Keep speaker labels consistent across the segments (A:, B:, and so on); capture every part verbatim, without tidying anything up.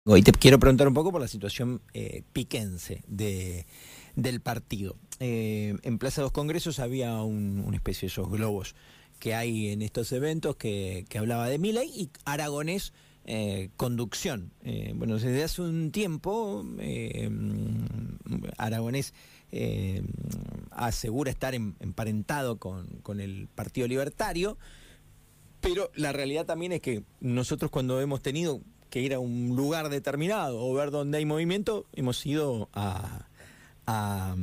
A: Y te quiero preguntar un poco por la situación eh, piquense de, del partido. Eh, en Plaza de los Congresos había un, una especie de esos globos que hay en estos eventos que, que hablaba de Milei y Aragonés eh, conducción. Eh, bueno, desde hace un tiempo eh, Aragonés eh, asegura estar em, emparentado con, con el Partido Libertario, pero la realidad también es que nosotros cuando hemos tenido que ir a un lugar determinado o ver dónde hay movimiento, hemos ido a, a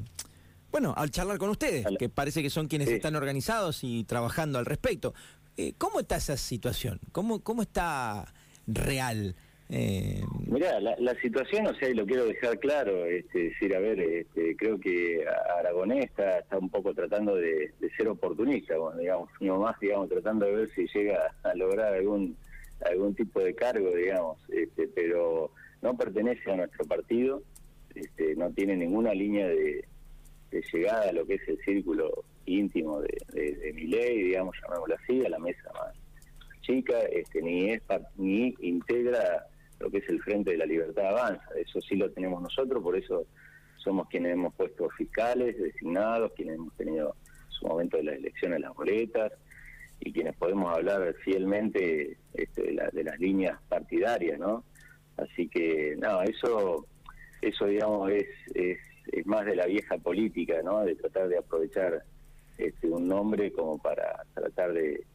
A: bueno, al charlar con ustedes, que parece que son quienes
B: Sí.
A: están organizados y trabajando al respecto. Eh, ¿Cómo está esa situación? ¿Cómo, cómo está real? Eh...
B: Mirá, la, la situación, o sea, y lo quiero dejar claro, este, decir, a ver, este, creo que Aragonés está, está un poco tratando de, de ser oportunista, bueno, digamos, no más, digamos, tratando de ver si llega a lograr algún algún tipo de cargo, digamos, este, pero no pertenece a nuestro partido, este, no tiene ninguna línea de, de llegada a lo que es el círculo íntimo de, de, de Milei, digamos, llamémoslo así, a la mesa más chica, este, ni es ni integra lo que es el Frente de la Libertad Avanza. Eso sí lo tenemos nosotros, por eso somos quienes hemos puesto fiscales designados, quienes hemos tenido en su momento de las elecciones las boletas y quienes podemos hablar fielmente este, de, la, de las líneas partidarias, ¿no? Así que, no, eso, eso digamos, es, es, es más de la vieja política, ¿no? De tratar de aprovechar este, un nombre como para tratar de,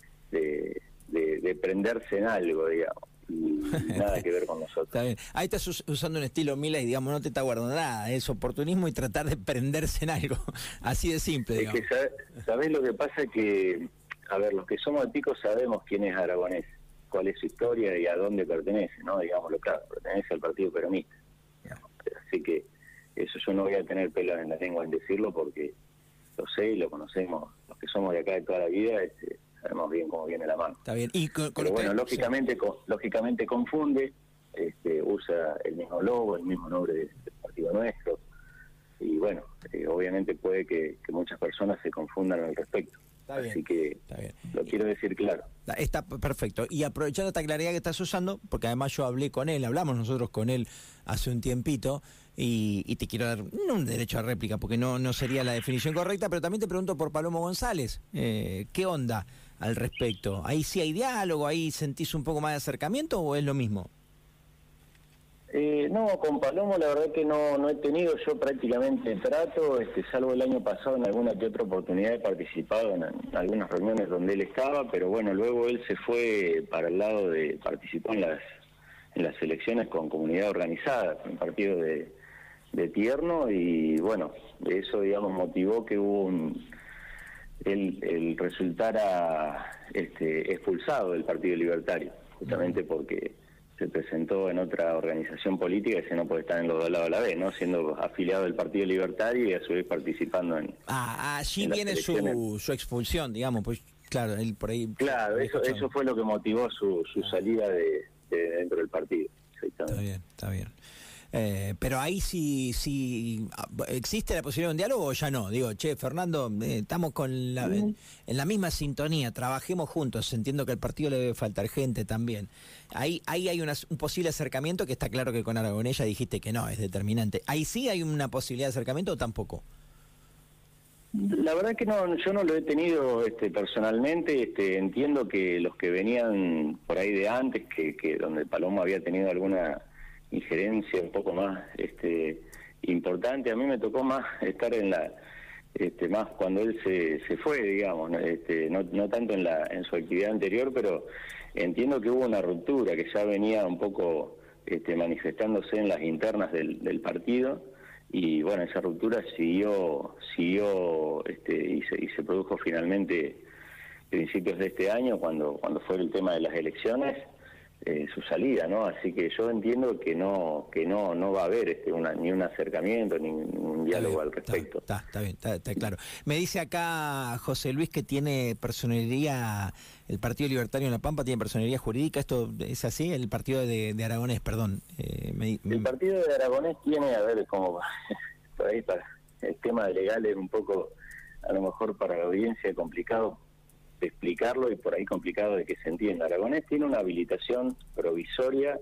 B: de, de, de prenderse en algo, digamos. Y nada que ver con nosotros.
A: Está bien. Ahí estás us usando un estilo Milei, digamos, no te está guardando nada, es oportunismo y tratar de prenderse en algo, así de simple, digamos.
B: Es que sabés, sabés lo que pasa que, a ver, los que somos de Pico sabemos quién es Aragonés, cuál es su historia y a dónde pertenece, ¿no? Digámoslo claro, pertenece al Partido Peronista. Digamos. Así que eso yo no voy a tener pelos en la lengua en decirlo porque lo sé y lo conocemos, los que somos de acá de toda la vida, este, sabemos bien cómo viene la mano.
A: Está bien. Y con, con
B: Pero
A: usted,
B: bueno, lógicamente,
A: sí.
B: con, lógicamente confunde, este, usa el mismo logo, el mismo nombre del partido nuestro, y bueno, eh, obviamente puede que, que muchas personas se confundan al respecto.
A: Está bien,
B: así que
A: está bien.
B: Lo quiero decir claro.
A: Está perfecto. Y aprovechando esta claridad que estás usando, porque además yo hablé con él, hablamos nosotros con él hace un tiempito, y, y te quiero dar no un derecho a réplica, porque no, no sería la definición correcta, pero también te pregunto por Palomo González. Eh, ¿Qué onda al respecto? ¿Ahí sí hay diálogo? ¿Ahí sentís un poco más de acercamiento o es lo mismo?
B: Eh, no, con Palomo la verdad que no, no he tenido yo prácticamente trato, este, salvo el año pasado en alguna que otra oportunidad he participado en, en algunas reuniones donde él estaba, pero bueno, luego él se fue para el lado de, participó en las en las elecciones con comunidad organizada, con partido de, de Tierno, y bueno, eso digamos motivó que hubo un, él, él resultara este, expulsado del Partido Libertario, justamente porque se presentó en otra organización política y se no puede estar en los dos lados a la vez, ¿no? Siendo afiliado del Partido Libertario y a su vez participando en
A: Ah, allí
B: en las
A: viene su, su expulsión, digamos, pues claro, él por ahí...
B: Claro, eso eso fue lo que motivó su, su salida de, de dentro del partido.
A: Está bien, está bien. Eh, pero ahí sí, sí existe la posibilidad de un diálogo o ya no. Digo, che, Fernando, eh, estamos con la, en, en la misma sintonía, trabajemos juntos. Entiendo que al partido le debe faltar gente también. Ahí, ahí hay una, un posible acercamiento que está claro que con Aragonés ya dijiste que no, es determinante. ¿Ahí sí hay una posibilidad de acercamiento o tampoco?
B: La verdad que no, yo no lo he tenido este, personalmente. Este, entiendo que los que venían por ahí de antes, que, que donde Palomo había tenido alguna injerencia un poco más este importante, a mí me tocó más estar en la este más cuando él se, se fue, digamos, ¿no? Este, no, no tanto en la en su actividad anterior, pero entiendo que hubo una ruptura que ya venía un poco este manifestándose en las internas del, del partido, y bueno, esa ruptura siguió siguió este y se, y se produjo finalmente principios de este año cuando cuando fue el tema de las elecciones. Eh, su salida, ¿no? Así que yo entiendo que no que no no va a haber este una, ni un acercamiento ni un diálogo
A: bien,
B: al respecto.
A: Está, está, está bien, está, está claro. Me dice acá José Luis que tiene personería, el Partido Libertario en La Pampa tiene personería jurídica. ¿Esto es así? El partido de, de Aragonés, perdón. Eh, me,
B: el partido de Aragonés tiene, a ver, como por ahí para el tema legal es un poco, a lo mejor para la audiencia complicado de explicarlo y por ahí complicado de que se entienda. Aragonés tiene una habilitación provisoria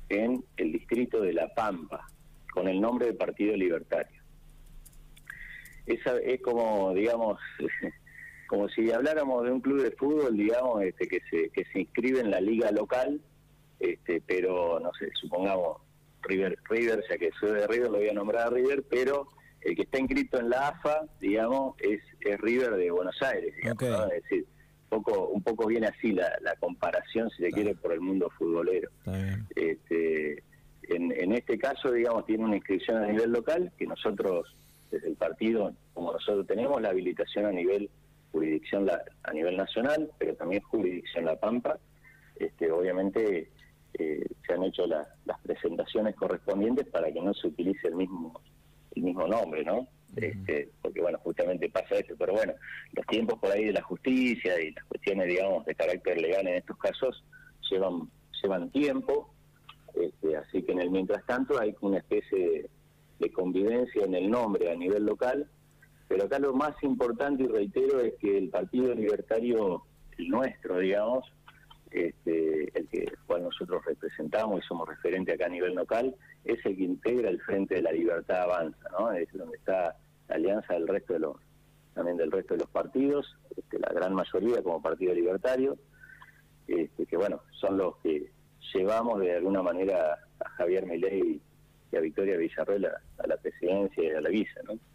B: en el distrito de La Pampa, con el nombre de Partido Libertario. Esa es como, digamos, como si habláramos de un club de fútbol, digamos, este, que se que se inscribe en la liga local, este, pero no sé, supongamos River, River, ya que soy de River, lo voy a nombrar a River, pero el que está inscrito en la A F A, digamos, es, es River de Buenos Aires, digamos,
A: okay.
B: ¿no? Es decir, un poco, un poco viene así la, la comparación, si se
A: Está.
B: quiere, por el mundo futbolero. Este, en, en este caso, digamos, tiene una inscripción a nivel local, que nosotros, desde el partido, como nosotros tenemos la habilitación a nivel jurisdicción la, a nivel nacional, pero también jurisdicción La Pampa, este, obviamente eh, se han hecho la, las presentaciones correspondientes para que no se utilice el mismo el mismo nombre, ¿no? Uh-huh. Este, porque bueno, justamente pasa esto, pero bueno, los tiempos por ahí de la justicia y las cuestiones, digamos, de carácter legal en estos casos llevan llevan tiempo, este, así que en el mientras tanto hay una especie de, de convivencia en el nombre a nivel local, pero acá lo más importante, y reitero, es que el Partido Libertario, el nuestro, digamos, este, el que el cual nosotros representamos y somos referente acá a nivel local, es el que integra el Frente de la Libertad Avanza, ¿no? Es donde está la alianza del resto de los, también del resto de los partidos, este, la gran mayoría como Partido Libertario, este, que bueno, son los que llevamos de alguna manera a Javier Milei y a Victoria Villarroel a, a la presidencia y a la vice, ¿no?